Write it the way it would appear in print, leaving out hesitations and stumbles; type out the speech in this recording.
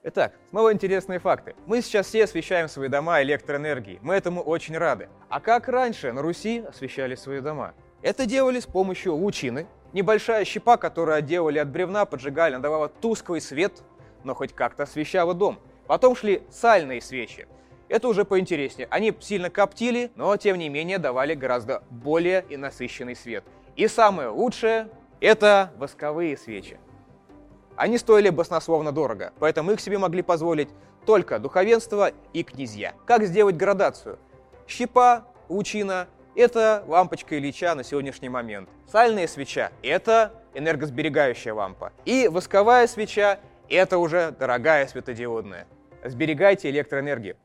Итак, снова интересные факты. Мы сейчас все освещаем свои дома электроэнергией. Мы этому очень рады. А как раньше на Руси освещали свои дома? Это делали с помощью лучины. Небольшая щепа, которую отделали от бревна, поджигали, она давала тусклый свет, но хоть как-то освещала дом. Потом шли сальные свечи. Это уже поинтереснее. Они сильно коптили, но тем не менее давали гораздо более и насыщенный свет. И самое лучшее – это восковые свечи. Они стоили баснословно дорого, поэтому их себе могли позволить только духовенство и князья. Как сделать градацию? Щепа, лучина – это лампочка Ильича на сегодняшний момент. Сальная свеча – это энергосберегающая лампа. И восковая свеча – это уже дорогая светодиодная. Сберегайте электроэнергию.